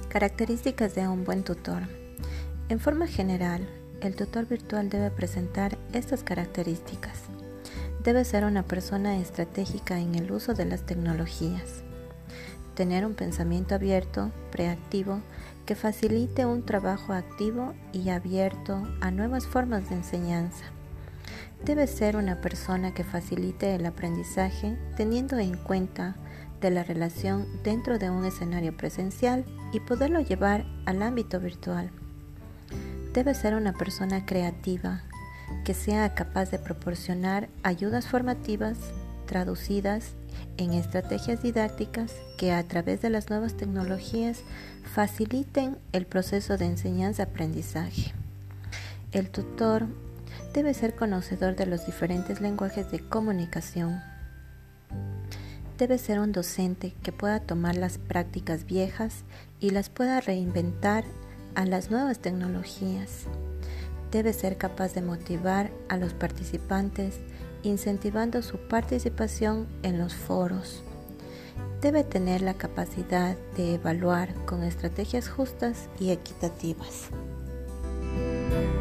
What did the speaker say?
Características de un buen tutor. En forma general, el tutor virtual debe presentar estas características. Debe ser una persona estratégica en el uso de las tecnologías. Tener un pensamiento abierto, proactivo, que facilite un trabajo activo y abierto a nuevas formas de enseñanza. Debe ser una persona que facilite el aprendizaje teniendo en cuenta de la relación dentro de un escenario presencial y poderlo llevar al ámbito virtual. Debe ser una persona creativa, que sea capaz de proporcionar ayudas formativas traducidas en estrategias didácticas que a través de las nuevas tecnologías faciliten el proceso de enseñanza-aprendizaje. El tutor debe ser conocedor de los diferentes lenguajes de comunicación. Debe ser un docente que pueda tomar las prácticas viejas y las pueda reinventar a las nuevas tecnologías. Debe ser capaz de motivar a los participantes, incentivando su participación en los foros. Debe tener la capacidad de evaluar con estrategias justas y equitativas.